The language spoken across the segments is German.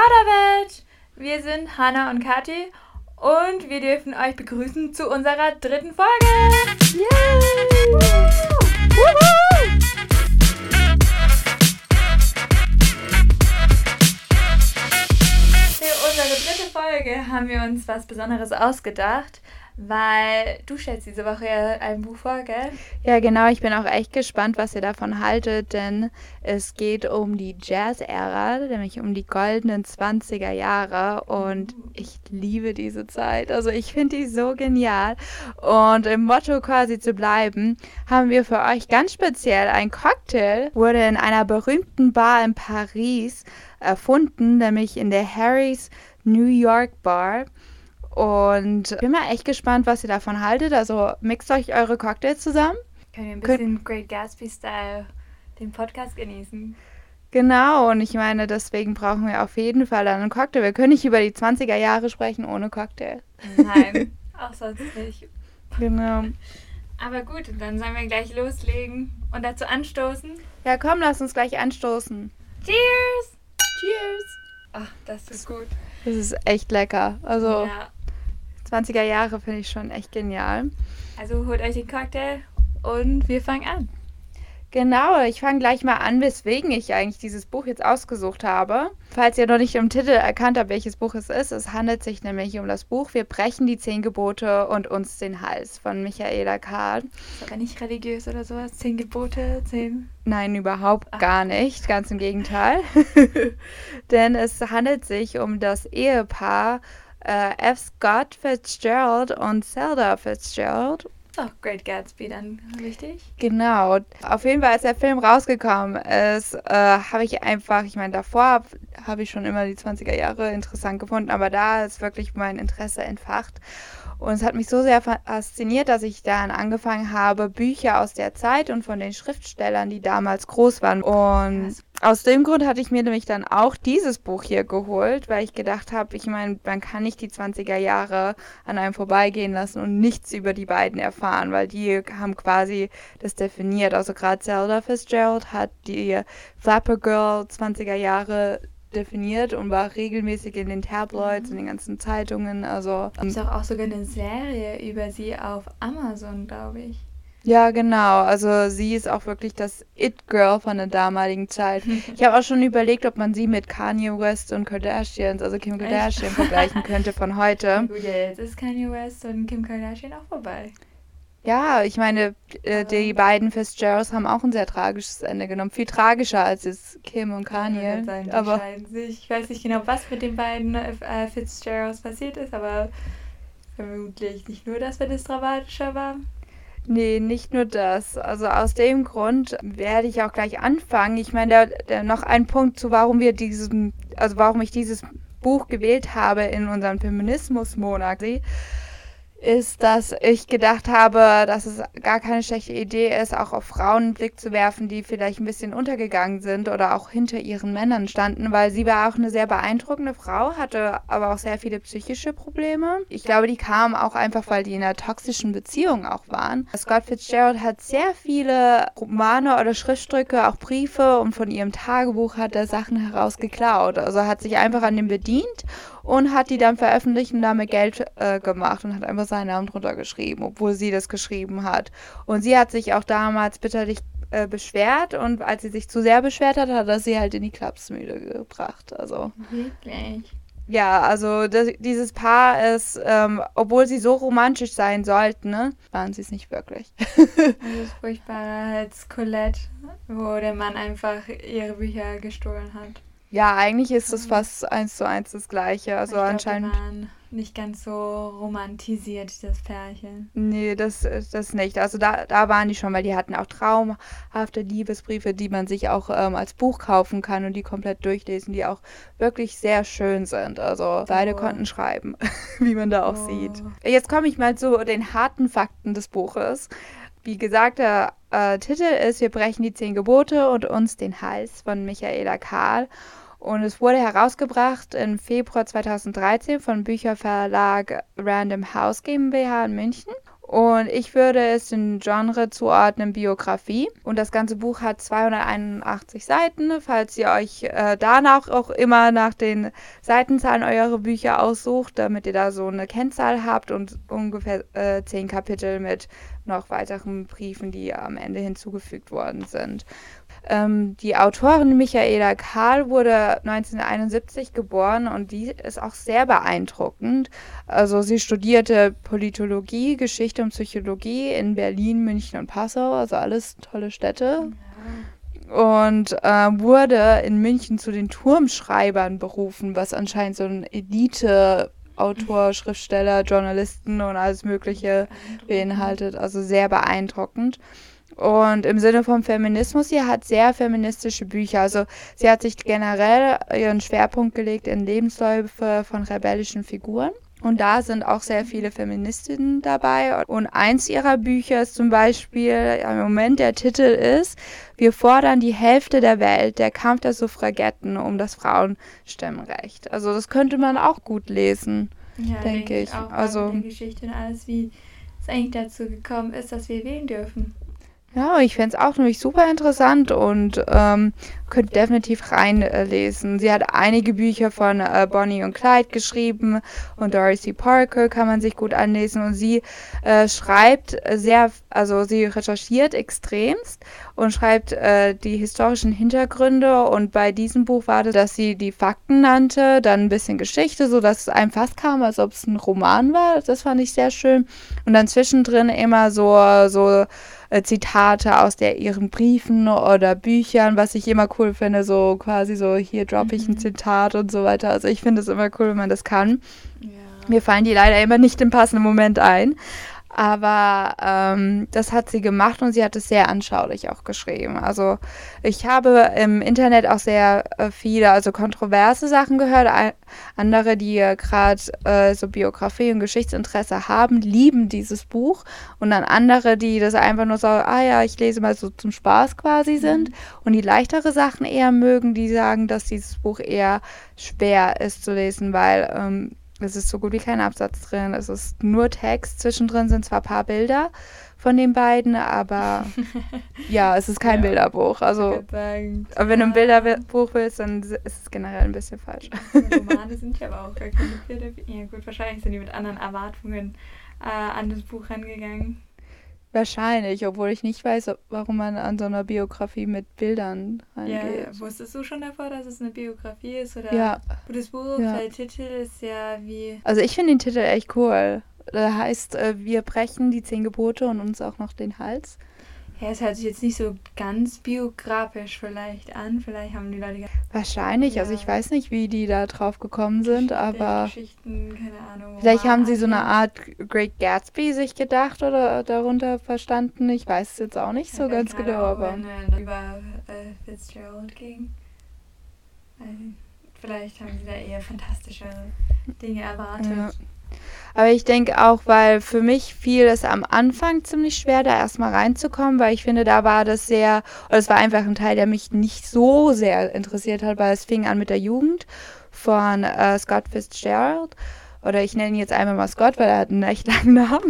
Vaterwelt! Wir sind Hannah und Kathi und wir dürfen euch begrüßen zu unserer 3. Folge! Yay! Für unsere 3. Folge haben wir uns was Besonderes ausgedacht, weil du stellst diese Woche ja ein Buch vor, gell? Ja, genau. Ich bin auch echt gespannt, was ihr davon haltet, denn es geht um die Jazz-Ära, nämlich um die goldenen 20er Jahre und ich liebe diese Zeit. Also ich finde die so genial und im Motto quasi zu bleiben, haben wir für euch ganz speziell ein Cocktail, wurde in einer berühmten Bar in Paris erfunden, nämlich in der Harry's New York Bar. Und ich bin mal echt gespannt, was ihr davon haltet. Also mixt euch eure Cocktails zusammen. Können wir ein bisschen Great Gatsby-Style den Podcast genießen. Genau, und ich meine, deswegen brauchen wir auf jeden Fall einen Cocktail. Wir können nicht über die 20er Jahre sprechen ohne Cocktail. Nein, auch sonst nicht. Genau. Aber gut, dann sollen wir gleich loslegen und dazu anstoßen. Ja, komm, lass uns gleich anstoßen. Cheers! Cheers! Ach, das ist gut. Das ist echt lecker. Also Ja. 20er Jahre finde ich schon echt genial. Also holt euch den Cocktail und wir fangen an. Genau, ich fange gleich mal an, weswegen ich eigentlich dieses Buch jetzt ausgesucht habe. Falls ihr noch nicht im Titel erkannt habt, welches Buch es ist, es handelt sich nämlich um das Buch Wir brechen die 10 Gebote und uns den Hals von Michaela Kahl. Ist aber nicht religiös oder sowas. 10 Gebote, 10... Nein, überhaupt gar nicht, ganz im Gegenteil. Denn es handelt sich um das Ehepaar F. Scott Fitzgerald und Zelda Fitzgerald. Auch Great Gatsby dann, richtig? Genau. Auf jeden Fall, als der Film rausgekommen ist, habe ich einfach, ich meine, davor habe ich schon immer die 20er Jahre interessant gefunden, aber da ist wirklich mein Interesse entfacht. Und es hat mich so sehr fasziniert, dass ich dann angefangen habe, Bücher aus der Zeit und von den Schriftstellern, die damals groß waren. Und aus dem Grund hatte ich mir nämlich dann auch dieses Buch hier geholt, weil ich gedacht habe, ich meine, man kann nicht die 20er Jahre an einem vorbeigehen lassen und nichts über die beiden erfahren, weil die haben quasi das definiert. Also gerade Zelda Fitzgerald hat die Flapper Girl 20er Jahre definiert und war regelmäßig in den Tabloids, in den ganzen Zeitungen. Also Es ist auch sogar eine Serie über sie auf Amazon, glaube ich. ja, genau. Also sie ist auch wirklich das It-Girl von der damaligen Zeit. Ich habe auch schon überlegt, ob man sie mit Kanye West und Kardashians, also Kim Kardashian, vergleichen könnte von heute. Gut, ja, jetzt ist Kanye West und Kim Kardashian auch vorbei. Ja, ich meine, die beiden Fitzgeralds haben auch ein sehr tragisches Ende genommen. Viel tragischer als jetzt Kim und Kanye. Die Aber scheiden sich. Ich weiß nicht genau, was mit den beiden Fitzgeralds passiert ist, aber vermutlich nicht nur, dass das dramatischer war. nee, nicht nur das. Also aus dem Grund werde ich auch gleich anfangen. Ich meine, noch ein Punkt zu, warum ich dieses Buch gewählt habe in unserem Feminismus-Monat, ist, dass ich gedacht habe, dass es gar keine schlechte Idee ist, auch auf Frauen einen Blick zu werfen, die vielleicht ein bisschen untergegangen sind oder auch hinter ihren Männern standen, weil sie war auch eine sehr beeindruckende Frau, hatte aber auch sehr viele psychische Probleme. Ich glaube, die kamen auch einfach, weil die in einer toxischen Beziehung auch waren. Scott Fitzgerald hat sehr viele Romane oder Schriftstücke, auch Briefe und von ihrem Tagebuch hat er Sachen herausgeklaut. Also hat sich einfach an dem bedient und hat die dann veröffentlicht und damit Geld gemacht und hat einfach seinen Namen drunter geschrieben, obwohl sie das geschrieben hat. Und sie hat sich auch damals bitterlich beschwert und als sie sich zu sehr beschwert hat, hat er sie halt in die Klapsmühle gebracht. Also Wirklich? ja, also dieses Paar ist, obwohl sie so romantisch sein sollten, ne, waren sie es nicht wirklich. Das ist furchtbarer als Colette, wo der Mann einfach ihre Bücher gestohlen hat. Ja, eigentlich ist es fast 1:1 das Gleiche. Also Ich glaub, anscheinend. Die waren nicht ganz so romantisiert, das Pärchen. Nee, das nicht. Also da waren die schon, weil die hatten auch traumhafte Liebesbriefe, die man sich auch als Buch kaufen kann und die komplett durchlesen, die auch wirklich sehr schön sind. Also beide konnten schreiben, wie man da auch sieht. Jetzt komme ich mal zu den harten Fakten des Buches. Wie gesagt, der Titel ist Wir brechen die 10 Gebote und uns den Hals von Michaela Kahl. Und es wurde herausgebracht im Februar 2013 vom Bücherverlag Random House GmbH in München. Und ich würde es dem Genre zuordnen, Biografie. Und das ganze Buch hat 281 Seiten. Falls ihr euch danach auch immer nach den Seitenzahlen eurer Bücher aussucht, damit ihr da so eine Kennzahl habt und ungefähr 10 Kapitel mit noch weiteren Briefen, die am Ende hinzugefügt worden sind. Die Autorin Michaela Kahl wurde 1971 geboren und die ist auch sehr beeindruckend. Also sie studierte Politologie, Geschichte und Psychologie in Berlin, München und Passau, also alles tolle Städte. Ja. Und wurde in München zu den Turmschreibern berufen, was anscheinend so ein Elite-Autor, Schriftsteller, Journalisten und alles Mögliche beinhaltet. Also sehr beeindruckend. Und im Sinne vom Feminismus, sie hat sehr feministische Bücher. Also sie hat sich generell ihren Schwerpunkt gelegt in Lebensläufe von rebellischen Figuren. Und da sind auch sehr viele Feministinnen dabei. Und eins ihrer Bücher ist zum Beispiel, im Moment der Titel ist, wir fordern die Hälfte der Welt, der Kampf der Suffragetten um das Frauenstimmrecht. Also das könnte man auch gut lesen, ja, denke ich. Auch also mit der Geschichte und alles, wie es eigentlich dazu gekommen ist, dass wir wählen dürfen. Ja, ich fände es auch nämlich super interessant und könnt definitiv reinlesen. Sie hat einige Bücher von Bonnie und Clyde geschrieben und Dorothy Parker kann man sich gut anlesen und sie schreibt sie recherchiert extremst und schreibt die historischen Hintergründe und bei diesem Buch war das, dass sie die Fakten nannte, dann ein bisschen Geschichte, sodass es einem fast kam, als ob es ein Roman war. Das fand ich sehr schön und dann zwischendrin immer so Zitate aus ihren Briefen oder Büchern, was ich immer cool finde, so quasi so, hier droppe ich ein Zitat und so weiter. Also ich finde es immer cool, wenn man das kann. Ja. Mir fallen die leider immer nicht im passenden Moment ein. Aber das hat sie gemacht und sie hat es sehr anschaulich auch geschrieben. Also ich habe im Internet auch sehr viele, also kontroverse Sachen gehört. Andere, die gerade so Biografie und Geschichtsinteresse haben, lieben dieses Buch. Und dann andere, die das einfach nur so, ich lese mal so zum Spaß quasi sind. Und die leichtere Sachen eher mögen, die sagen, dass dieses Buch eher schwer ist zu lesen, weil es ist so gut wie kein Absatz drin. Es ist nur Text. Zwischendrin sind zwar ein paar Bilder von den beiden, aber ja, es ist kein Bilderbuch. Also, aber wenn du ein Bilderbuch willst, dann ist es generell ein bisschen falsch. Romane sind ja aber auch gar keine Bilder. Ja gut, wahrscheinlich sind die mit anderen Erwartungen an das Buch rangegangen. Wahrscheinlich, obwohl ich nicht weiß, warum man an so einer Biografie mit Bildern reingeht. Ja, wusstest du schon davor, dass es eine Biografie ist? Oder ja. Das Buch, der Titel ist ja wie... Also ich finde den Titel echt cool. Der heißt, wir brechen die 10 Gebote und uns auch noch den Hals. Ja, es hört sich jetzt nicht so ganz biografisch vielleicht an. Vielleicht haben die Leute... Wahrscheinlich, also ich weiß nicht, wie die da drauf gekommen sind, aber... Geschichten, keine Ahnung. Vielleicht haben sie so eine Art Great Gatsby sich gedacht oder darunter verstanden. Ich weiß es jetzt auch nicht so ganz genau, aber... Wenn über Fitzgerald ging. Vielleicht haben sie da eher fantastische Dinge erwartet. Ja. Aber ich denke auch, weil für mich fiel es am Anfang ziemlich schwer, da erstmal reinzukommen, weil ich finde, da war das sehr, oder es war einfach ein Teil, der mich nicht so sehr interessiert hat, weil es fing an mit der Jugend von Scott Fitzgerald. Oder ich nenne ihn jetzt einmal mal Scott, weil er hat einen echt langen Namen.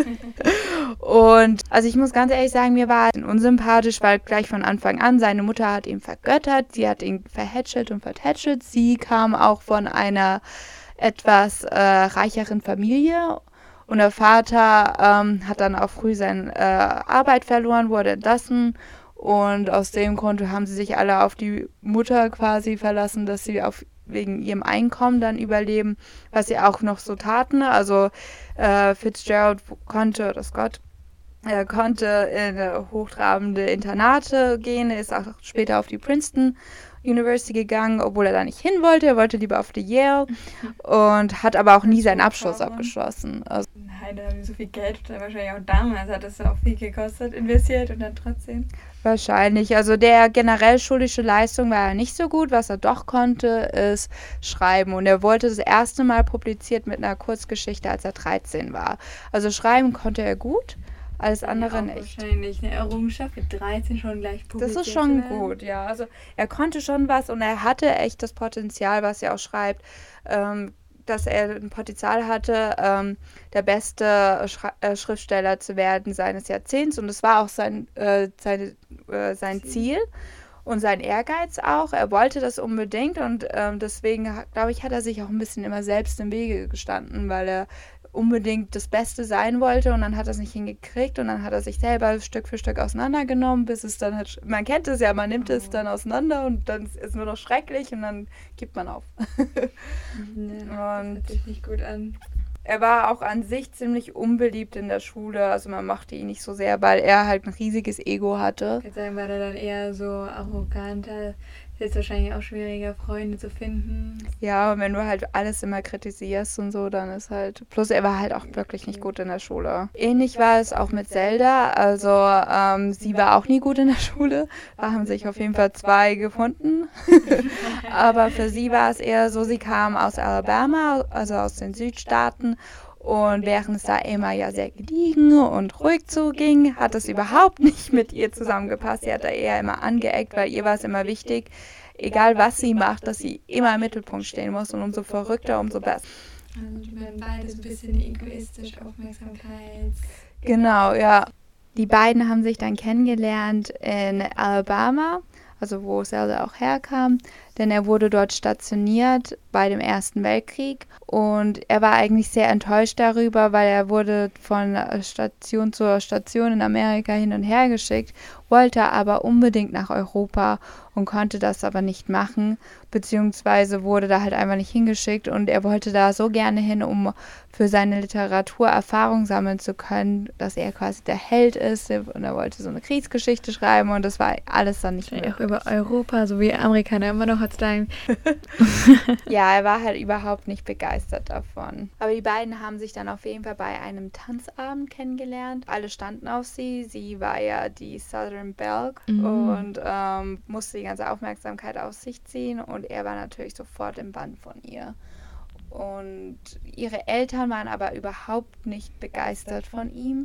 Und also ich muss ganz ehrlich sagen, mir war er unsympathisch, weil gleich von Anfang an seine Mutter hat ihn vergöttert, sie hat ihn verhätschelt und vertätschelt. Sie kam auch von einer etwas reicheren Familie und der Vater hat dann auch früh seine Arbeit verloren, wurde entlassen und aus dem Grund haben sie sich alle auf die Mutter quasi verlassen, dass sie wegen ihrem Einkommen dann überleben, was sie auch noch so taten. Also Fitzgerald konnte in hochtrabende Internate gehen, ist auch später auf die Princeton University gegangen, obwohl er da nicht hin wollte. Er wollte lieber auf die Yale und hat aber auch nie seinen Abschluss abgeschlossen. Also, nein, da haben wir so viel Geld, wahrscheinlich auch damals hat das auch viel gekostet, investiert und dann trotzdem. Wahrscheinlich. Also der generell schulische Leistung war ja nicht so gut. Was er doch konnte, ist schreiben. Und er wollte das erste Mal publiziert mit einer Kurzgeschichte, als er 13 war. Also schreiben konnte er gut. Alles andere ja, nicht. Wahrscheinlich eine Errungenschaft mit 13 schon gleich publiziert. Das ist schon gut, ja. Also er konnte schon was und er hatte echt das Potenzial, was er auch schreibt, dass er ein Potenzial hatte, der beste Schriftsteller zu werden seines Jahrzehnts. Und das war auch sein Ziel und sein Ehrgeiz auch. Er wollte das unbedingt und deswegen, glaube ich, hat er sich auch ein bisschen immer selbst im Wege gestanden, weil er unbedingt das Beste sein wollte und dann hat er es nicht hingekriegt und dann hat er sich selber Stück für Stück auseinandergenommen, bis es dann halt, man kennt es ja, man nimmt es dann auseinander und dann ist es nur noch schrecklich und dann gibt man auf. Ja, das hört sich nicht gut an. Er war auch an sich ziemlich unbeliebt in der Schule, also man mochte ihn nicht so sehr, weil er halt ein riesiges Ego hatte. Ich würde sagen, war er dann eher so arroganter. Ist wahrscheinlich auch schwieriger, Freunde zu finden. Ja, und wenn du halt alles immer kritisierst und so, dann ist halt... Plus er war halt auch wirklich nicht gut in der Schule. Ähnlich war es auch mit Zelda. Also sie war auch nie gut in der Schule. Da haben sich auf jeden Fall 2 gefunden. Aber für sie war es eher so, sie kam aus Alabama, also aus den Südstaaten. Und während es da immer ja sehr gediegen und ruhig zuging, hat es überhaupt nicht mit ihr zusammengepasst. Sie hat da eher immer angeeckt, weil ihr war es immer wichtig, egal was sie macht, dass sie immer im Mittelpunkt stehen muss und umso verrückter, umso besser. Also die werden beide so ein bisschen egoistisch, Aufmerksamkeit. Genau, ja. Die beiden haben sich dann kennengelernt in Alabama, also wo Zelda auch herkam, denn er wurde dort stationiert bei dem Ersten Weltkrieg und er war eigentlich sehr enttäuscht darüber, weil er wurde von Station zu Station in Amerika hin und her geschickt, wollte aber unbedingt nach Europa und konnte das aber nicht machen, beziehungsweise wurde da halt einfach nicht hingeschickt und er wollte da so gerne hin, um für seine Literatur Erfahrung sammeln zu können, dass er quasi der Held ist und er wollte so eine Kriegsgeschichte schreiben und das war alles dann nicht mehr. Auch über Europa, so wie Amerikaner immer noch heutzutage. Ja, er war halt überhaupt nicht begeistert davon. Aber die beiden haben sich dann auf jeden Fall bei einem Tanzabend kennengelernt. Alle standen auf sie. Sie war ja die Southern Belle und musste die ganze Aufmerksamkeit auf sich ziehen und er war natürlich sofort im Bann von ihr. Und ihre Eltern waren aber überhaupt nicht begeistert von ihm,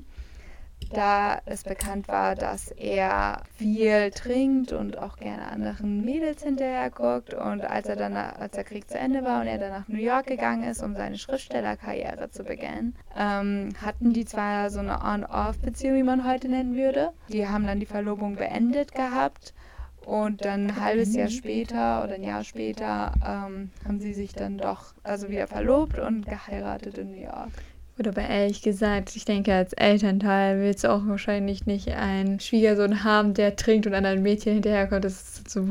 da es bekannt war, dass er viel trinkt und auch gerne anderen Mädels hinterher guckt. Und als der Krieg zu Ende war und er dann nach New York gegangen ist, um seine Schriftstellerkarriere zu beginnen, hatten die zwar so eine On-Off-Beziehung, wie man heute nennen würde. Die haben dann die Verlobung beendet gehabt. Und dann ein halbes Jahr später oder ein Jahr später haben sie sich dann doch wieder verlobt und geheiratet in New York. Gut, aber ehrlich gesagt, ich denke, als Elternteil willst du auch wahrscheinlich nicht einen Schwiegersohn haben, der trinkt und anderen Mädchen hinterherkommt. Das sind so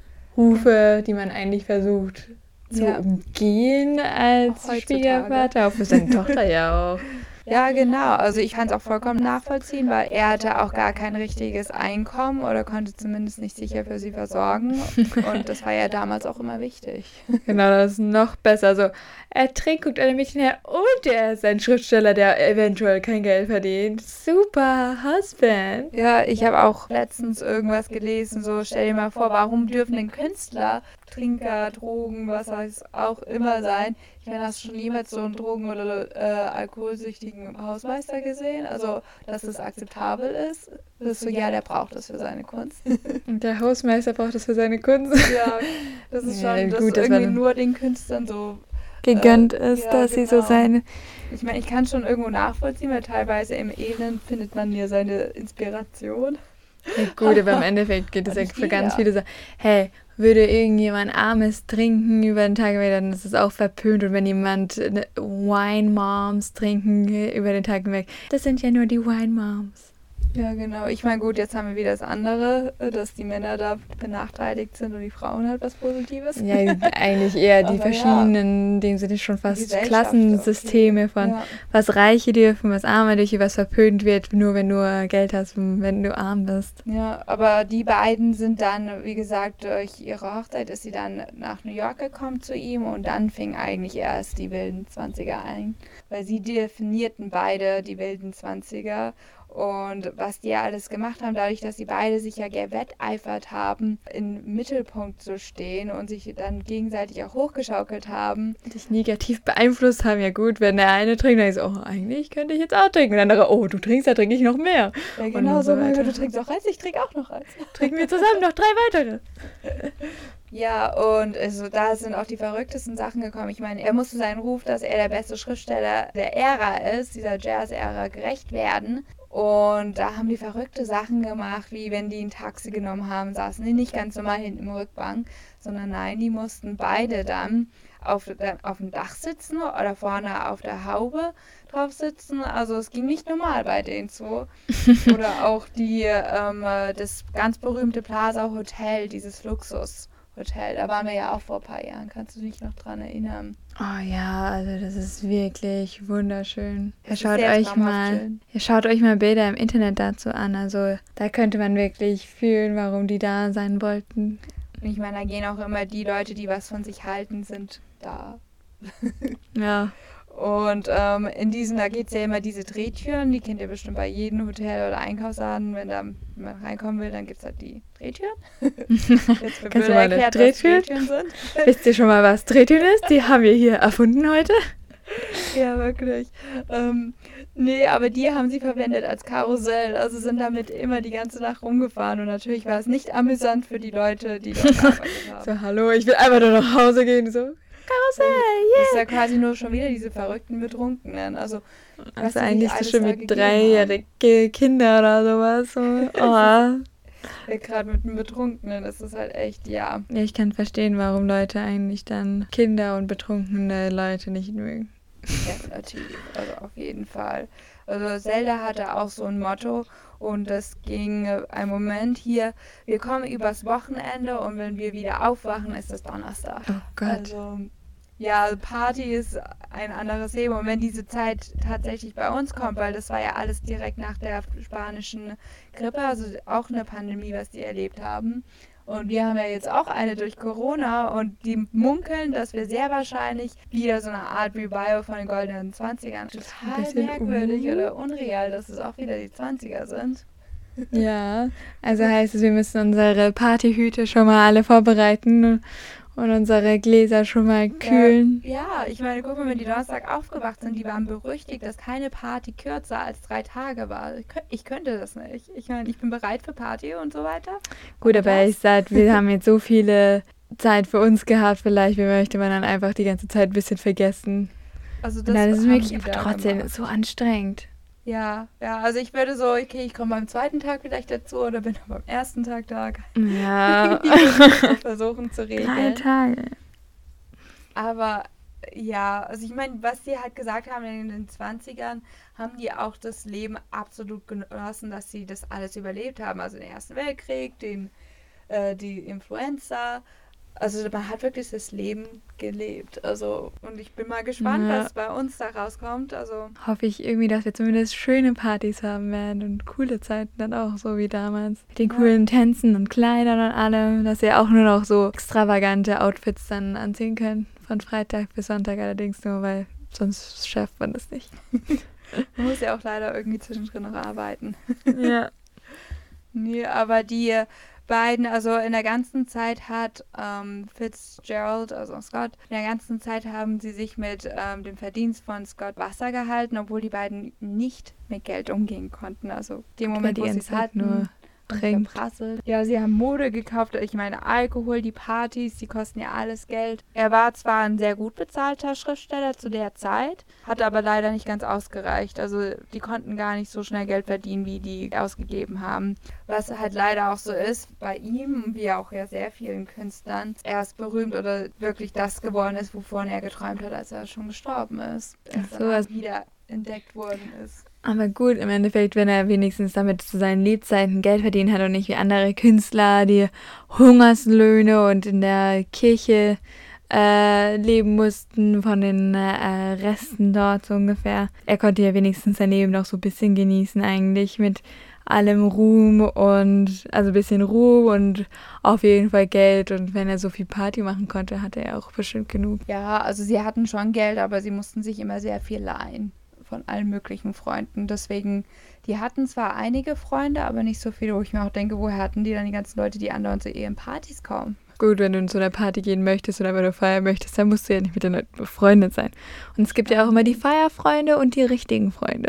Rufe, die man eigentlich versucht zu umgehen als Schwiegervater. Auch für seine Tochter ja auch. Ja, genau. Also ich kann es auch vollkommen nachvollziehen, weil er hatte auch gar kein richtiges Einkommen oder konnte zumindest nicht sicher für sie versorgen. Und das war ja damals auch immer wichtig. Genau, das ist noch besser. Also er trinkt, guckt alle Mädchen her und er ist ein Schriftsteller, der eventuell kein Geld verdient. Super Husband. Ja, ich habe auch letztens irgendwas gelesen, so stell dir mal vor, warum dürfen denn Künstler Trinker, Drogen, was heißt auch immer sein? Ich meine, hast du schon jemals so einen Drogen- oder alkoholsüchtigen Hausmeister gesehen? Also, dass es akzeptabel ist? Das ist so, ja, der braucht das für seine Kunst. Und der Hausmeister braucht das für seine Kunst? Ja, das ist schon, ja, dass gut, irgendwie nur den Künstlern so gegönnt ist, dass sie so seine... Ich meine, ich kann es schon irgendwo nachvollziehen, weil teilweise im Elend findet man ja seine Inspiration. Ja, gut, aber im Endeffekt geht es ja für ganz viele so, hey, würde irgendjemand Armes trinken über den Tag hinweg, dann ist es auch verpönt. Und wenn jemand Wine Moms trinken über den Tag hinweg, das sind ja nur die Wine Moms. Ja, genau. Ich meine, gut, jetzt haben wir wieder das andere, dass die Männer da benachteiligt sind und die Frauen halt was Positives. Ja, eigentlich eher die verschiedenen, in dem Sinne schon fast Klassensysteme von was Reiche dürfen, was Arme dürfen, was verpönt wird, nur wenn du Geld hast, wenn du arm bist. Ja, aber die beiden sind dann, wie gesagt, durch ihre Hochzeit ist sie dann nach New York gekommen zu ihm und dann fing eigentlich erst die wilden 20er ein, weil sie definierten beide die wilden 20er. Und was die ja alles gemacht haben, dadurch, dass sie beide sich ja gewetteifert haben, im Mittelpunkt zu stehen und sich dann gegenseitig auch hochgeschaukelt haben. Dich negativ beeinflusst haben, ja gut, wenn der eine trinkt, dann ist so, oh, eigentlich könnte ich jetzt auch trinken. Und der andere, oh, du trinkst, da trinke ich noch mehr. Ja, genau so, mein Gott, du trinkst auch eins, ich trinke auch noch eins. Trinken wir zusammen noch 3 weitere. Ja, und also da sind auch die verrücktesten Sachen gekommen. Ich meine, er musste seinen Ruf, dass er der beste Schriftsteller der Ära ist, dieser Jazz-Ära, gerecht werden. Und da haben die verrückte Sachen gemacht, wie wenn die ein Taxi genommen haben, saßen die nicht ganz normal hinten im Rückbank, sondern nein, die mussten beide dann auf dem Dach sitzen oder vorne auf der Haube drauf sitzen. Also es ging nicht normal bei denen so. Oder auch das ganz berühmte Plaza Hotel, dieses Luxushotel. Da waren wir ja auch vor ein paar Jahren. Kannst du dich noch dran erinnern? Oh ja, also das ist wirklich wunderschön. Schaut euch mal Bilder im Internet dazu an. Also da könnte man wirklich fühlen, warum die da sein wollten. Und ich meine, da gehen auch immer die Leute, die was von sich halten, sind da. Ja. Und da geht es ja immer diese Drehtüren, die kennt ihr bestimmt bei jedem Hotel oder Einkaufsladen. Wenn man reinkommen will, dann gibt es halt die Drehtüren. Jetzt wird Kannst du mal erklärt, Drehtüren? was Drehtüren sind. Wisst ihr schon mal, was Drehtüren ist? Die haben wir hier erfunden heute. Ja, wirklich. Nee, aber die haben sie verwendet als Karussell. Also sind damit immer die ganze Nacht rumgefahren. Und natürlich war es nicht amüsant für die Leute, die dort gearbeitet haben. So, hallo, ich will einfach nur nach Hause gehen. So, Karussell, yeah. Das ist ja quasi nur schon wieder diese verrückten Betrunkenen. Also eigentlich so schon mit 3-jährigen Kindern oder sowas. So. Oh. Ja, gerade mit einem Betrunkenen ist das halt echt, ja. Ja, ich kann verstehen, warum Leute eigentlich dann Kinder und betrunkene Leute nicht mögen. Definitiv, also auf jeden Fall. Also Zelda hatte auch so ein Motto und das ging ein Moment hier, wir kommen übers Wochenende und wenn wir wieder aufwachen, ist es Donnerstag. Oh Gott. Also, ja, Party ist ein anderes Leben und wenn diese Zeit tatsächlich bei uns kommt, weil das war ja alles direkt nach der spanischen Grippe, also auch eine Pandemie, was die erlebt haben. Und wir haben ja jetzt auch eine durch Corona und die munkeln, dass wir sehr wahrscheinlich wieder so eine Art Revival von den goldenen 20ern. Total merkwürdig oder unreal, dass es auch wieder die 20er sind. Ja, also heißt es, wir müssen unsere Partyhüte schon mal alle vorbereiten und unsere Gläser schon mal kühlen. Ja, ich meine, guck mal, wenn die Donnerstag aufgewacht sind, die waren berüchtigt, dass keine Party kürzer als 3 Tage war. Ich könnte das nicht. Ich meine, ich bin bereit für Party und so weiter. Gut, aber ich sag, wir haben jetzt so viele Zeit für uns gehabt, vielleicht möchte man dann einfach die ganze Zeit ein bisschen vergessen. Also das ist wirklich aber trotzdem so anstrengend. Ja, also ich würde so, okay, ich komme beim 2. Tag vielleicht dazu oder bin beim 1. Tag da. Ja. Versuchen zu regeln. 3 Tage. Aber ja, also ich meine, was die halt gesagt haben in den 20ern, haben die auch das Leben absolut genossen, dass sie das alles überlebt haben. Also den Ersten Weltkrieg, die Influenza. Also man hat wirklich das Leben gelebt. Also, und ich bin mal gespannt, was bei uns da rauskommt. Also hoffe ich irgendwie, dass wir zumindest schöne Partys haben werden und coole Zeiten dann auch, so wie damals. Mit den coolen Tänzen und Kleidern und allem, dass wir auch nur noch so extravagante Outfits dann anziehen können. Von Freitag bis Sonntag allerdings nur, weil sonst schafft man das nicht. Man muss ja auch leider irgendwie zwischendrin noch arbeiten. Ja. Nee, aber die beiden, also in der ganzen Zeit hat Fitzgerald, also Scott, in der ganzen Zeit haben sie sich mit dem Verdienst von Scott Wasser gehalten, obwohl die beiden nicht mit Geld umgehen konnten. Also dem Moment, wo sie es hatten, nur trinkt. Ja, sie haben Mode gekauft, ich meine Alkohol, die Partys, die kosten ja alles Geld. Er war zwar ein sehr gut bezahlter Schriftsteller zu der Zeit, hat aber leider nicht ganz ausgereicht. Also die konnten gar nicht so schnell Geld verdienen, wie die ausgegeben haben. Was halt leider auch so ist bei ihm, wie auch ja sehr vielen Künstlern, er ist berühmt oder wirklich das geworden ist, wovon er geträumt hat, als er schon gestorben ist. Als er wieder entdeckt worden ist. Aber gut, im Endeffekt, wenn er wenigstens damit zu seinen Lebzeiten Geld verdient hat und nicht wie andere Künstler, die Hungerslöhne und in der Kirche leben mussten von den Resten dort so ungefähr. Er konnte ja wenigstens sein Leben noch so ein bisschen genießen eigentlich mit allem Ruhm und also ein bisschen Ruhm und auf jeden Fall Geld, und wenn er so viel Party machen konnte, hatte er auch bestimmt genug. Ja, also sie hatten schon Geld, aber sie mussten sich immer sehr viel leihen von allen möglichen Freunden. Deswegen, die hatten zwar einige Freunde, aber nicht so viele, wo ich mir auch denke, woher hatten die dann die ganzen Leute, die andauernd zu ihren Partys kommen? Gut, wenn du zu einer Party gehen möchtest oder wenn du feiern möchtest, dann musst du ja nicht mit den Leuten befreundet sein. Und es gibt ja auch immer die Feierfreunde und die richtigen Freunde.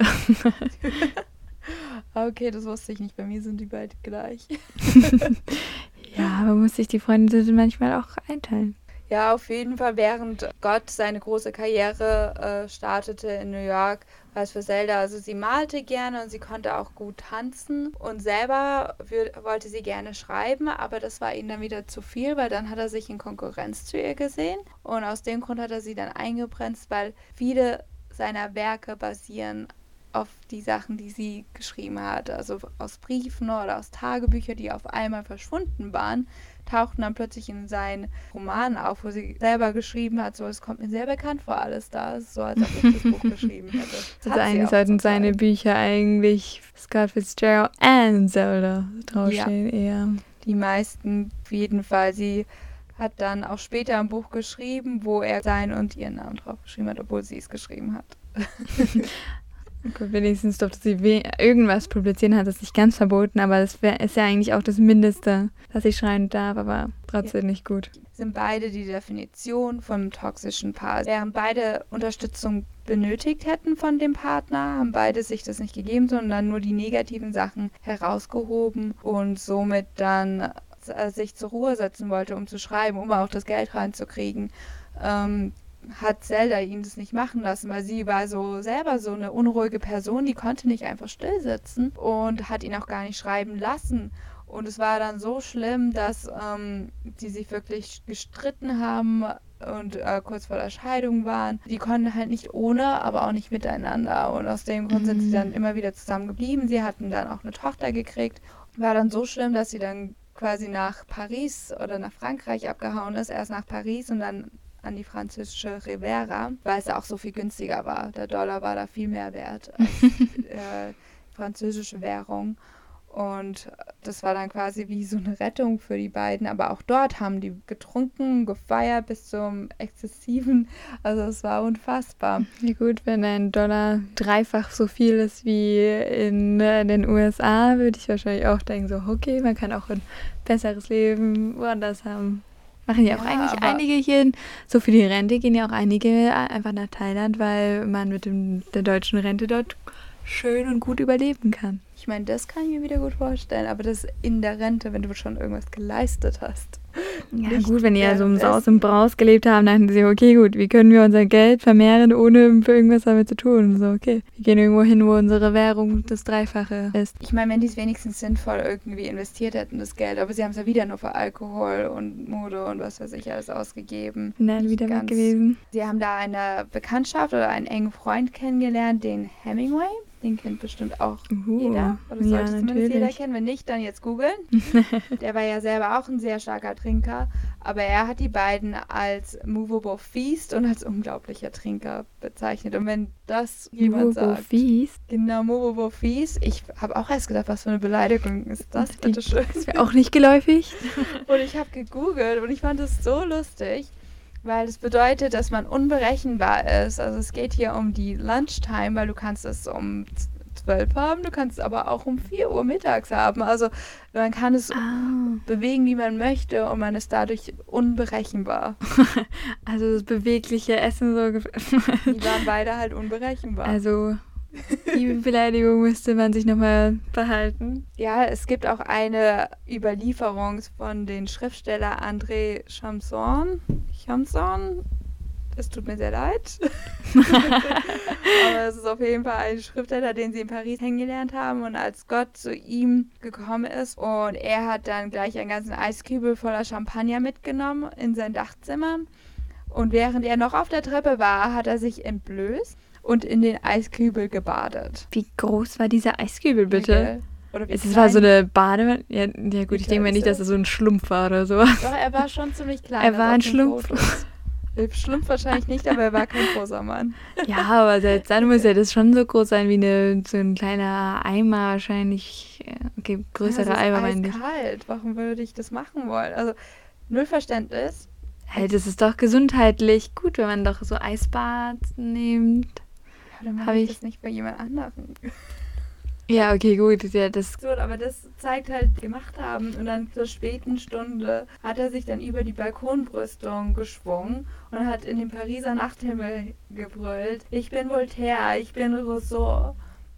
Okay, das wusste ich nicht. Bei mir sind die beide gleich. Ja, Aber muss sich die Freunde manchmal auch einteilen. Ja, auf jeden Fall, während Gott seine große Karriere startete in New York, war es für Zelda, also sie malte gerne und sie konnte auch gut tanzen und selber wollte sie gerne schreiben, aber das war ihm dann wieder zu viel, weil dann hat er sich in Konkurrenz zu ihr gesehen und aus dem Grund hat er sie dann eingebremst, weil viele seiner Werke basieren auf die Sachen, die sie geschrieben hat, also aus Briefen oder aus Tagebüchern, die auf einmal verschwunden waren, tauchten dann plötzlich in seinen Romanen auf, wo sie selber geschrieben hat, so, es kommt mir sehr bekannt vor alles da, es ist so, als ob ich das Buch geschrieben hätte. Also eigentlich sollten seine Bücher eigentlich Scott Fitzgerald und Zelda draufstehen eher. Die meisten auf jeden Fall. Sie hat dann auch später ein Buch geschrieben, wo er seinen und ihren Namen draufgeschrieben hat, obwohl sie es geschrieben hat. Gut, wenigstens durfte sie irgendwas publizieren, hat es nicht ganz verboten, aber das ist ja eigentlich auch das Mindeste, dass sie schreiben darf, aber trotzdem nicht gut. Sind beide die Definition vom toxischen Paar. Während beide Unterstützung benötigt hätten von dem Partner, haben beide sich das nicht gegeben, sondern nur die negativen Sachen herausgehoben und somit dann sich zur Ruhe setzen wollte, um zu schreiben, um auch das Geld reinzukriegen. Hat Zelda ihn das nicht machen lassen, weil sie war so selber so eine unruhige Person, die konnte nicht einfach still sitzen und hat ihn auch gar nicht schreiben lassen. Und es war dann so schlimm, dass die sich wirklich gestritten haben und kurz vor der Scheidung waren. Die konnten halt nicht ohne, aber auch nicht miteinander. Und aus dem Grund sind sie dann immer wieder zusammen geblieben. Sie hatten dann auch eine Tochter gekriegt. War dann so schlimm, dass sie dann quasi nach Paris oder nach Frankreich abgehauen ist. Erst nach Paris und dann an die französische Riviera, weil es auch so viel günstiger war. Der Dollar war da viel mehr wert als die französische Währung. Und das war dann quasi wie so eine Rettung für die beiden. Aber auch dort haben die getrunken, gefeiert bis zum Exzessiven. Also es war unfassbar. Ja gut, wenn ein Dollar dreifach so viel ist wie in den USA, würde ich wahrscheinlich auch denken, so okay, man kann auch ein besseres Leben woanders haben. Machen ja auch eigentlich einige hier, so für die Rente gehen ja auch einige einfach nach Thailand, weil man mit der deutschen Rente dort schön und gut überleben kann. Ich meine, das kann ich mir wieder gut vorstellen, aber das in der Rente, wenn du schon irgendwas geleistet hast. Ja gut, wenn die ja so im Saus und Braus gelebt haben, dachten sie, okay gut, wie können wir unser Geld vermehren, ohne irgendwas damit zu tun? So, okay, wir gehen irgendwo hin, wo unsere Währung das Dreifache ist. Ich meine, wenn die es wenigstens sinnvoll irgendwie investiert hätten, das Geld, aber sie haben es ja wieder nur für Alkohol und Mode und was weiß ich alles ausgegeben. Dann wieder weg gewesen. Sie haben da eine Bekanntschaft oder einen engen Freund kennengelernt, den Hemingway. Den kennt bestimmt auch jeder. Oder sollte zumindest jeder kennen. Wenn nicht, dann jetzt googeln. Der war ja selber auch ein sehr starker Trinker. Aber er hat die beiden als Movable Feast und als unglaublicher Trinker bezeichnet. Und wenn das jemand sagt... Feast? Genau, Movable Feast. Ich habe auch erst gedacht, was für eine Beleidigung ist das, bitteschön. Das wäre auch nicht geläufig. Und ich habe gegoogelt und ich fand es so lustig. Weil es bedeutet, dass man unberechenbar ist. Also es geht hier um die Lunchtime, weil du kannst es um 12 haben, du kannst es aber auch um 4 Uhr mittags haben. Also man kann es bewegen, wie man möchte und man ist dadurch unberechenbar. Also das bewegliche Essen so... Die waren beide halt unberechenbar. Also... Die Beleidigung müsste man sich nochmal behalten. Ja, es gibt auch eine Überlieferung von den Schriftsteller André Chamson. Es tut mir sehr leid. Aber es ist auf jeden Fall ein Schriftsteller, den sie in Paris kennengelernt haben und als Gott zu ihm gekommen ist. Und er hat dann gleich einen ganzen Eiskübel voller Champagner mitgenommen in sein Dachzimmer. Und während er noch auf der Treppe war, hat er sich entblößt und in den Eiskübel gebadet. Wie groß war dieser Eiskübel, bitte? Oder wie es war so eine Badewanne. Ja gut, ich denke mal nicht, dass es so ein Schlumpf war oder so. Doch, er war schon ziemlich klein. Er war ein Schlumpf. Schlumpf wahrscheinlich nicht, aber er war kein großer Mann. Ja, aber selbst dann muss ja das schon so groß sein wie so ein kleiner Eimer wahrscheinlich. Okay, größerer Eimer meine ich. Es ist eiskalt. Warum würde ich das machen wollen? Also, null Verständnis. Hey, das ist doch gesundheitlich gut, wenn man doch so Eisbad nimmt. Ja, dann mache ich das nicht bei jemand anderem. Ja, okay, gut. Ja, aber das zeigt halt, gemacht haben. Und dann zur späten Stunde hat er sich dann über die Balkonbrüstung geschwungen und hat in den Pariser Nachthimmel gebrüllt: Ich bin Voltaire, ich bin Rousseau.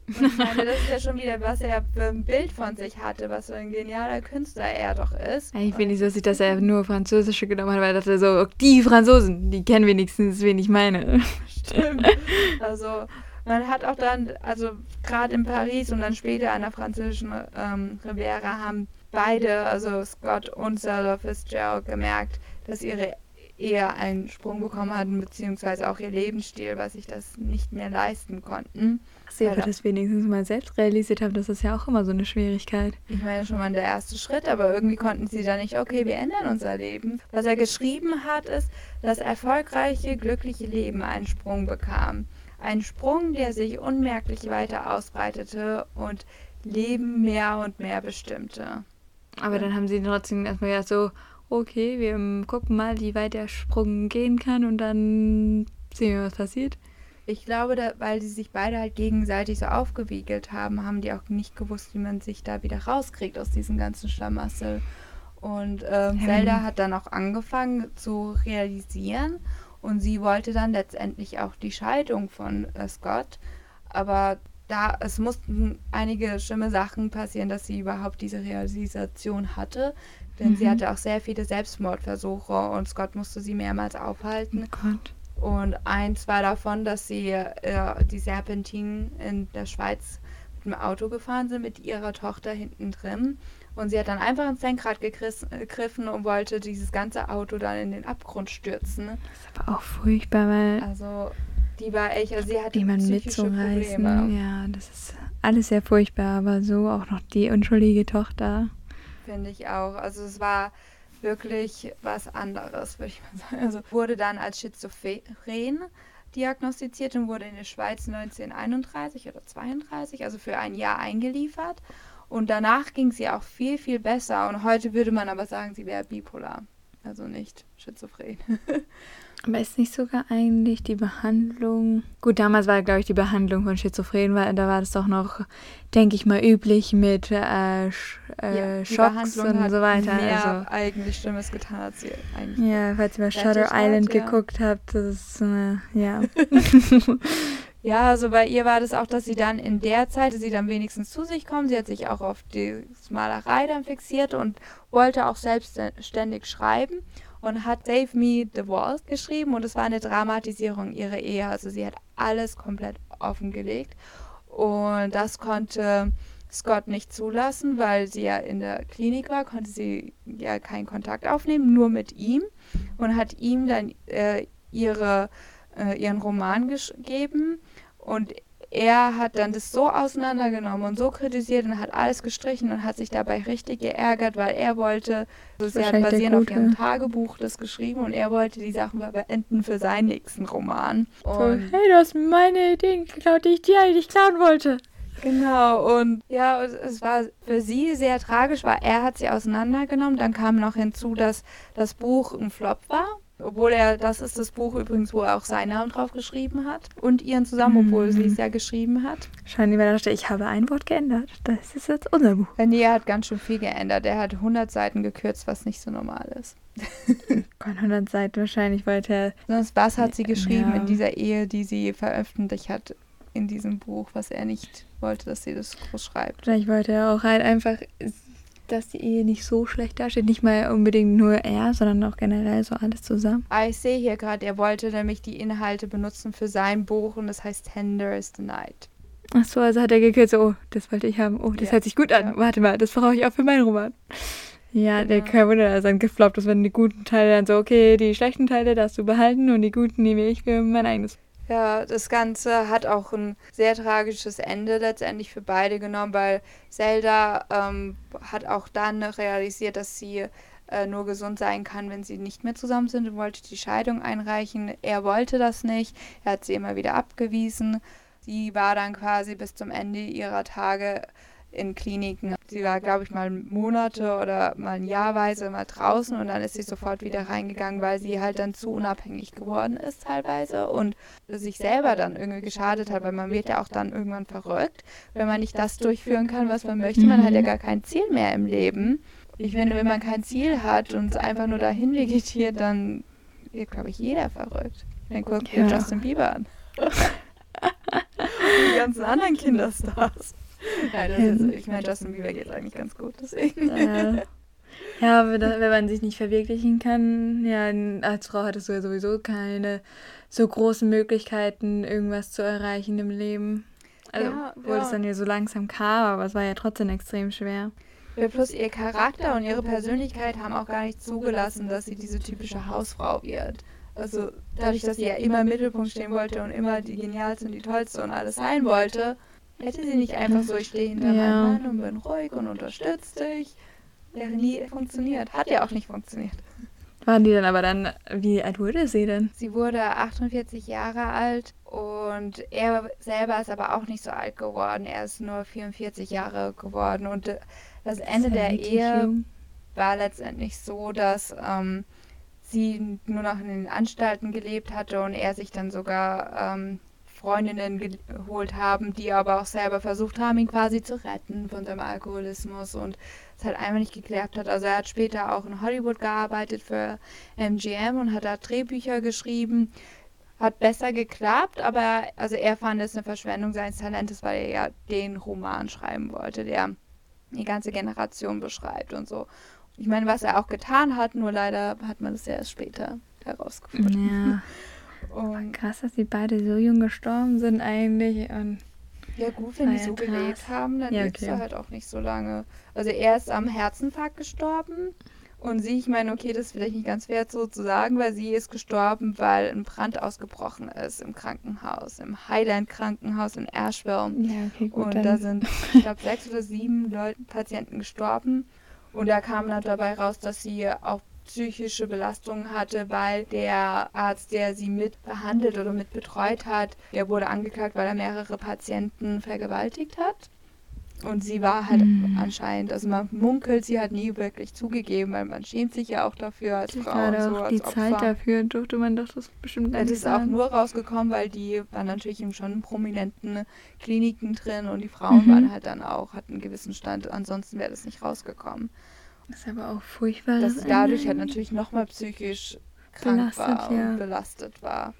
Und ich meine, das ist ja schon wieder, was er für ein Bild von sich hatte, was für ein genialer Künstler er doch ist. Ich finde nicht so, dass er nur Französische genommen hat, weil er dachte so, die Franzosen, die kennen wenigstens, wen ich meine. Stimmt. Also man hat auch dann, also gerade in Paris und dann später an der französischen Riviera haben beide, also Scott und Zelda Fitzgerald, gemerkt, dass ihre Ehe einen Sprung bekommen hatten, beziehungsweise auch ihr Lebensstil, weil sich das nicht mehr leisten konnten. Sie aber das wenigstens mal selbst realisiert haben, das ist ja auch immer so eine Schwierigkeit. Ich meine, schon mal der erste Schritt, aber irgendwie konnten sie da nicht, okay, wir ändern unser Leben. Was er geschrieben hat, ist, das erfolgreiche, glückliche Leben einen Sprung bekam. Ein Sprung, der sich unmerklich weiter ausbreitete und Leben mehr und mehr bestimmte. Aber dann haben sie trotzdem erstmal gedacht so, okay, wir gucken mal, wie weit der Sprung gehen kann und dann sehen wir, was passiert. Ich glaube, weil sie sich beide halt gegenseitig so aufgewiegelt haben, haben die auch nicht gewusst, wie man sich da wieder rauskriegt aus diesem ganzen Schlamassel. Und Zelda hat dann auch angefangen zu realisieren und sie wollte dann letztendlich auch die Scheidung von Scott. Aber es mussten einige schlimme Sachen passieren, dass sie überhaupt diese Realisation hatte. Denn sie hatte auch sehr viele Selbstmordversuche und Scott musste sie mehrmals aufhalten. Oh Gott. Und eins war davon, dass sie die Serpentinen in der Schweiz mit dem Auto gefahren sind, mit ihrer Tochter hinten drin. Und sie hat dann einfach ins Lenkrad gegriffen und wollte dieses ganze Auto dann in den Abgrund stürzen. Das ist aber auch furchtbar, weil... Also die war echt, also sie hatte jemanden psychische mitzureißen. Probleme. Ja, das ist alles sehr furchtbar, aber so auch noch die unschuldige Tochter. Finde ich auch. Also es war wirklich was anderes, würde ich mal sagen. Also wurde dann als Schizophren diagnostiziert und wurde in der Schweiz 1931 oder 32, also für ein Jahr eingeliefert. Und danach ging sie auch viel, viel besser. Und heute würde man aber sagen, sie wäre bipolar. Also nicht schizophren. Aber ist nicht sogar eigentlich die Behandlung... Gut, damals war, glaube ich, die Behandlung von Schizophren, weil da war das doch noch, denke ich mal, üblich mit Schocks und so weiter. Mehr also, eigentlich Schlimmes getan hat sie eigentlich. Ja, falls ihr mal Shutter Island geguckt habt, das ist ja. Ja, also bei ihr war das auch, dass sie dann in der Zeit, sie dann wenigstens zu sich kommt. Sie hat sich auch auf die Malerei dann fixiert und wollte auch selbstständig schreiben und hat Save Me the Walls geschrieben und es war eine Dramatisierung ihrer Ehe. Also sie hat alles komplett offengelegt und das konnte Scott nicht zulassen, weil sie ja in der Klinik war, konnte sie ja keinen Kontakt aufnehmen, nur mit ihm und hat ihm dann ihren Roman gegeben und er hat dann das so auseinandergenommen und so kritisiert und hat alles gestrichen und hat sich dabei richtig geärgert, weil er wollte, also sie hat basierend auf ihrem Tagebuch das geschrieben und er wollte die Sachen beenden für seinen nächsten Roman. Und hey, du hast meine Ideen geklaut, die ich dir eigentlich klauen wollte. Genau, und ja, es war für sie sehr tragisch, weil er hat sie auseinandergenommen. Dann kam noch hinzu, dass das Buch ein Flop war. Obwohl das ist das Buch übrigens, wo er auch seinen Namen drauf geschrieben hat. Und ihren zusammen, obwohl sie es ja geschrieben hat. Wahrscheinlich, weil er dachte, ich habe ein Wort geändert. Das ist jetzt unser Buch. Nee, er hat ganz schön viel geändert. Er hat 100 Seiten gekürzt, was nicht so normal ist. 100 Seiten wahrscheinlich wollte er. Sonst was hat sie geschrieben in dieser Ehe, die sie veröffentlicht hat in diesem Buch, was er nicht wollte, dass sie das groß schreibt. Vielleicht wollte er auch halt einfach, dass die Ehe nicht so schlecht dasteht. Nicht mal unbedingt nur er, sondern auch generell so alles zusammen. Ich sehe hier gerade, er wollte nämlich die Inhalte benutzen für sein Buch und das heißt Tender is the Night. Ach so, also hat er gekürzt, oh, das wollte ich haben. Oh, das hört sich gut an. Warte mal, das brauche ich auch für meinen Roman. Ja, der kein Wunder, dass dann gefloppt ist, wenn die guten Teile dann so, okay, die schlechten Teile darfst du behalten und die guten nehme ich für mein eigenes. Ja, das Ganze hat auch ein sehr tragisches Ende letztendlich für beide genommen, weil Zelda hat auch dann realisiert, dass sie nur gesund sein kann, wenn sie nicht mehr zusammen sind und wollte die Scheidung einreichen. Er wollte das nicht, er hat sie immer wieder abgewiesen. Sie war dann quasi bis zum Ende ihrer Tage in Kliniken. Sie war, glaube ich, mal Monate oder mal ein Jahrweise mal draußen und dann ist sie sofort wieder reingegangen, weil sie halt dann zu unabhängig geworden ist teilweise und sich selber dann irgendwie geschadet hat, weil man wird ja auch dann irgendwann verrückt, wenn man nicht das durchführen kann, was man möchte. Man hat ja gar kein Ziel mehr im Leben. Ich finde, wenn man kein Ziel hat und einfach nur dahin vegetiert, dann wird, glaube ich, jeder verrückt. Dann guckt ihr Justin Bieber an. ganzen anderen Kinderstars. Ich meine, Justin Bieber geht eigentlich ganz gut, deswegen. Ja, wenn man sich nicht verwirklichen kann, ja, als Frau hattest du ja sowieso keine so großen Möglichkeiten, irgendwas zu erreichen im Leben. Also, obwohl es dann ja so langsam kam, aber es war ja trotzdem extrem schwer. Ja, plus ihr Charakter und ihre Persönlichkeit haben auch gar nicht zugelassen, dass sie diese typische Hausfrau wird. Also dadurch, dass sie ja immer im Mittelpunkt stehen wollte und immer die genialste und die tollste und alles sein wollte, hätte sie nicht einfach so, ich stehe hinter meinem Mann und bin ruhig und unterstütze dich. Wäre nie funktioniert. Hat ja auch nicht funktioniert. Waren die dann aber dann, wie alt wurde sie denn? Sie wurde 48 Jahre alt und er selber ist aber auch nicht so alt geworden. Er ist nur 44 Jahre geworden und das Ende der Ehe war letztendlich so, dass sie nur noch in den Anstalten gelebt hatte und er sich dann sogar Freundinnen geholt haben, die aber auch selber versucht haben, ihn quasi zu retten von seinem Alkoholismus und es halt einfach nicht geklappt hat. Also er hat später auch in Hollywood gearbeitet für MGM und hat da Drehbücher geschrieben. Hat besser geklappt, aber also er fand es eine Verschwendung seines Talentes, weil er ja den Roman schreiben wollte, der die ganze Generation beschreibt und so. Ich meine, was er auch getan hat, nur leider hat man das ja erst später herausgefunden. Ja. Und krass, dass die beide so jung gestorben sind eigentlich. Und ja gut, wenn die so gelebt haben, dann lebst du halt auch nicht so lange. Also er ist am Herzinfarkt gestorben und sie, ich meine, okay, das ist vielleicht nicht ganz fair so zu sagen, weil sie ist gestorben, weil ein Brand ausgebrochen ist im Krankenhaus, im Highland-Krankenhaus in Asheville. Ja, okay, gut. Und da sind, ich glaube, 6 oder 7 Patienten gestorben. Und da kam dann dabei raus, dass sie auch psychische Belastungen hatte, weil der Arzt, der sie mit behandelt oder mit betreut hat, der wurde angeklagt, weil er mehrere Patienten vergewaltigt hat. Und sie war halt anscheinend, also man munkelt, sie hat nie wirklich zugegeben, weil man schämt sich ja auch dafür als Frau. Gerade und so, auch die Zeit dafür durfte man doch das bestimmt nicht. Das ist auch nur rausgekommen, weil die waren natürlich in schon prominenten Kliniken drin und die Frauen waren halt dann auch, hatten einen gewissen Stand, ansonsten wäre das nicht rausgekommen. Das ist aber auch furchtbar. Dass sie dadurch halt natürlich nochmal psychisch krank war und belastet war.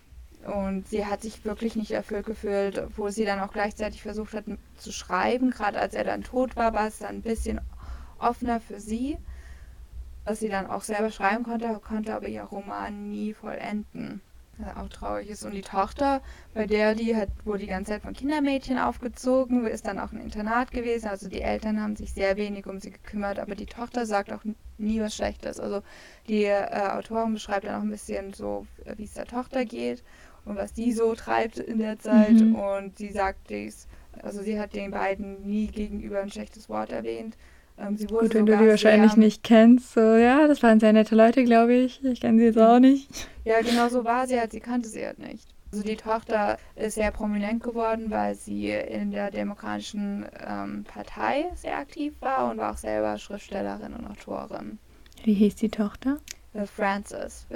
Und sie hat sich wirklich nicht erfüllt gefühlt, obwohl sie dann auch gleichzeitig versucht hat zu schreiben. Gerade als er dann tot war, war es dann ein bisschen offener für sie, dass sie dann auch selber schreiben konnte aber ihr Roman nie vollenden. Was auch traurig ist. Und die Tochter, bei der wurde die ganze Zeit von Kindermädchen aufgezogen, ist dann auch ein Internat gewesen. Also die Eltern haben sich sehr wenig um sie gekümmert, aber die Tochter sagt auch nie was Schlechtes. Also die Autorin beschreibt dann auch ein bisschen so, wie es der Tochter geht und was die so treibt in der Zeit. Und sie sagt sie hat den beiden nie gegenüber ein schlechtes Wort erwähnt. Sie wurde gut, wenn du die wahrscheinlich nicht kennst, so, ja, das waren sehr nette Leute, glaube ich. Ich kenne sie jetzt auch nicht. Ja, genau so war sie halt, sie kannte sie halt nicht. Also die Tochter ist sehr prominent geworden, weil sie in der Demokratischen Partei sehr aktiv war und war auch selber Schriftstellerin und Autorin. Wie hieß die Tochter? Frances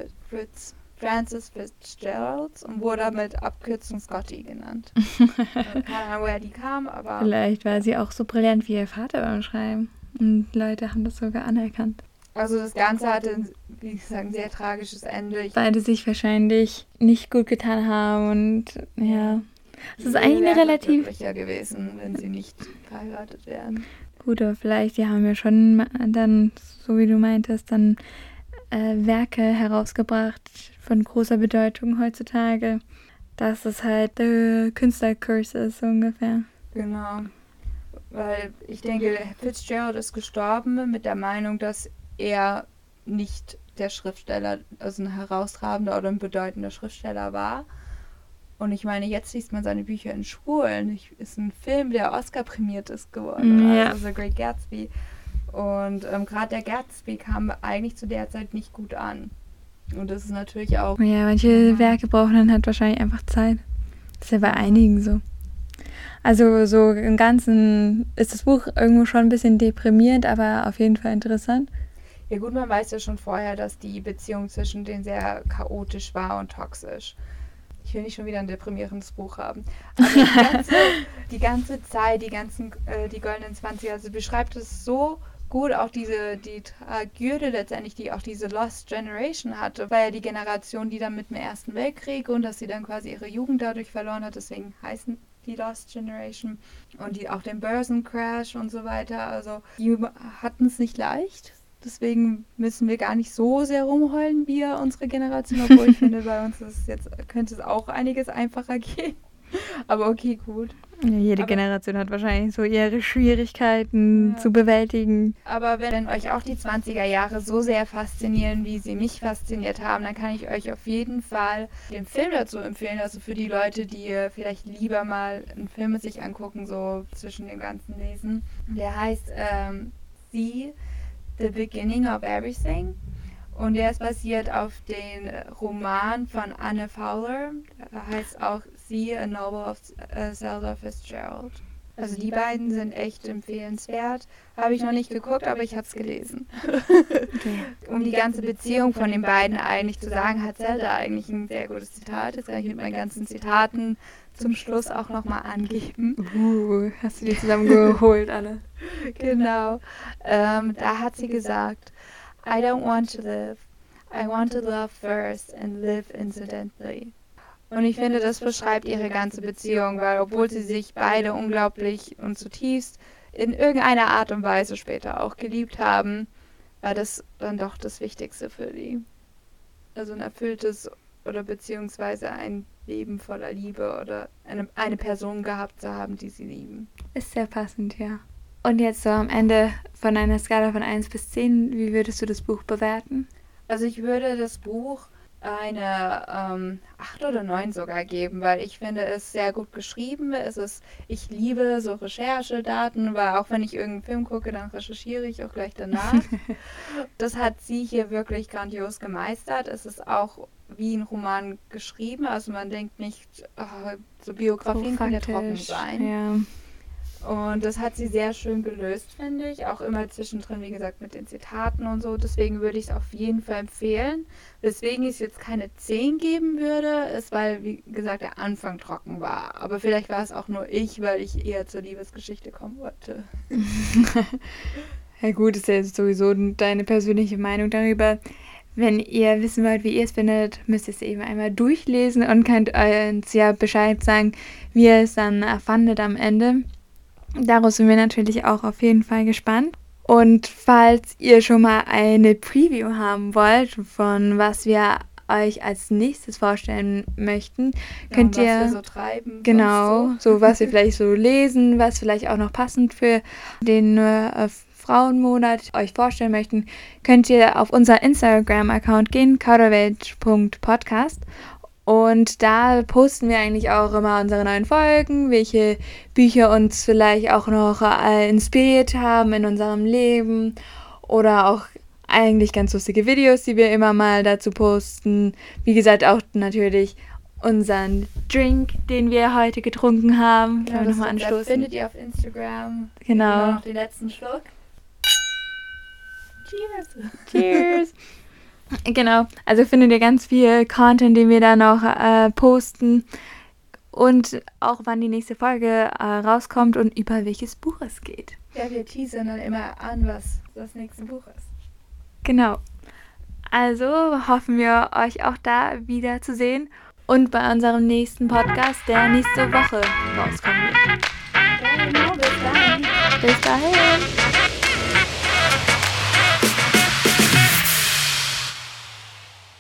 Fitzgerald und wurde mit Abkürzung Scotty genannt. Keine Ahnung, woher die kam, aber... Vielleicht war sie auch so brillant wie ihr Vater beim Schreiben. Und Leute haben das sogar anerkannt. Also das Ganze hatte, wie gesagt, ein sehr tragisches Ende. Beide sich wahrscheinlich nicht gut getan haben und ja... Es ist eigentlich eine relativ... glücklicher gewesen, wenn sie nicht verheiratet wären. Gut, aber vielleicht, die haben ja schon dann, so wie du meintest, dann Werke herausgebracht von großer Bedeutung heutzutage. Dass es halt der Künstlercurse ist, so ungefähr. Genau. Weil ich denke, Fitzgerald ist gestorben mit der Meinung, dass er nicht der Schriftsteller, also ein herausragender oder ein bedeutender Schriftsteller war. Und ich meine, jetzt liest man seine Bücher in Schulen. Ist ein Film, der Oscar prämiert ist geworden. Ja. Also The Great Gatsby. Und gerade der Gatsby kam eigentlich zu der Zeit nicht gut an. Und das ist natürlich auch... Ja, manche Werke brauchen dann halt wahrscheinlich einfach Zeit. Das ist ja bei einigen so. Also so im Ganzen ist das Buch irgendwo schon ein bisschen deprimierend, aber auf jeden Fall interessant. Ja gut, man weiß ja schon vorher, dass die Beziehung zwischen denen sehr chaotisch war und toxisch. Ich will nicht schon wieder ein deprimierendes Buch haben. Aber die ganze Zeit, die goldenen 20er, also beschreibt es so gut, auch die Tragödie letztendlich, die auch diese Lost Generation hatte, war ja die Generation, die dann mit dem Ersten Weltkrieg und dass sie dann quasi ihre Jugend dadurch verloren hat, deswegen heißen die Lost Generation und die auch den Börsencrash und so weiter. Also die hatten es nicht leicht. Deswegen müssen wir gar nicht so sehr rumheulen wie unsere Generation, obwohl ich finde, bei uns könnte es auch einiges einfacher gehen. Aber okay, gut. Ja, jede Generation hat wahrscheinlich so ihre Schwierigkeiten zu bewältigen. Aber wenn euch auch die 20er Jahre so sehr faszinieren, wie sie mich fasziniert haben, dann kann ich euch auf jeden Fall den Film dazu empfehlen. Also für die Leute, die vielleicht lieber mal einen Film mit sich angucken, so zwischen dem ganzen Lesen. Der heißt See The Beginning of Everything. Und der ist basiert auf den Roman von Anne Fowler. Der heißt auch See, a Novel of Zelda Fitzgerald. Also die beiden sind echt empfehlenswert. Habe ich noch nicht geguckt, aber ich habe es gelesen. Okay. Um die ganze Beziehung von den beiden eigentlich zu sagen, hat Zelda eigentlich ein sehr gutes Zitat. Das kann ich mit meinen ganzen Zitaten zum Schluss auch nochmal angeben. Hast du die zusammengeholt, Anne? Genau. Da hat sie gesagt, I don't want to live. I want to love first and live incidentally. Und ich finde, das beschreibt ihre ganze Beziehung, weil obwohl sie sich beide unglaublich und zutiefst in irgendeiner Art und Weise später auch geliebt haben, war das dann doch das Wichtigste für die. Also ein erfülltes oder beziehungsweise ein Leben voller Liebe oder eine Person gehabt zu haben, die sie lieben. Ist sehr passend, ja. Und jetzt so am Ende von einer Skala von 1 bis 10, wie würdest du das Buch bewerten? Also ich würde das Buch eine 8 oder 9 sogar geben, weil ich finde es sehr gut geschrieben. Ich liebe so Recherchedaten, weil auch wenn ich irgendeinen Film gucke, dann recherchiere ich auch gleich danach. Das hat sie hier wirklich grandios gemeistert. Es ist auch wie ein Roman geschrieben, also man denkt nicht, so Biografien können ja trocken sein. Ja. Und das hat sie sehr schön gelöst, finde ich. Auch immer zwischendrin, wie gesagt, mit den Zitaten und so. Deswegen würde ich es auf jeden Fall empfehlen. Weswegen ich es jetzt keine 10 geben würde, ist, weil, wie gesagt, der Anfang trocken war. Aber vielleicht war es auch nur ich, weil ich eher zur Liebesgeschichte kommen wollte. Ja gut, ist ja jetzt sowieso deine persönliche Meinung darüber. Wenn ihr wissen wollt, wie ihr es findet, müsst ihr es eben einmal durchlesen und könnt uns ja Bescheid sagen, wie ihr es dann fandet am Ende. Daraus sind wir natürlich auch auf jeden Fall gespannt. Und falls ihr schon mal eine Preview haben wollt, von was wir euch als nächstes vorstellen möchten, könnt ihr... was wir so treiben. Genau, so was wir vielleicht so lesen, was vielleicht auch noch passend für den Frauenmonat euch vorstellen möchten, könnt ihr auf unser Instagram-Account gehen, kauderwelsch.podcast. Und da posten wir eigentlich auch immer unsere neuen Folgen, welche Bücher uns vielleicht auch noch inspiriert haben in unserem Leben oder auch eigentlich ganz lustige Videos, die wir immer mal dazu posten. Wie gesagt, auch natürlich unseren Drink, den wir heute getrunken haben. Genau, das nochmal anstoßen. Findet ihr auf Instagram. Genau. Noch den letzten Schluck. Cheers. Cheers. Genau, also findet ihr ganz viel Content, den wir da noch posten und auch wann die nächste Folge rauskommt und über welches Buch es geht. Ja, wir teasern dann immer an, was das nächste Buch ist. Genau, also hoffen wir, euch auch da wieder zu sehen und bei unserem nächsten Podcast, der nächste Woche rauskommen wird. Ja, genau, bis dahin. Bis dahin.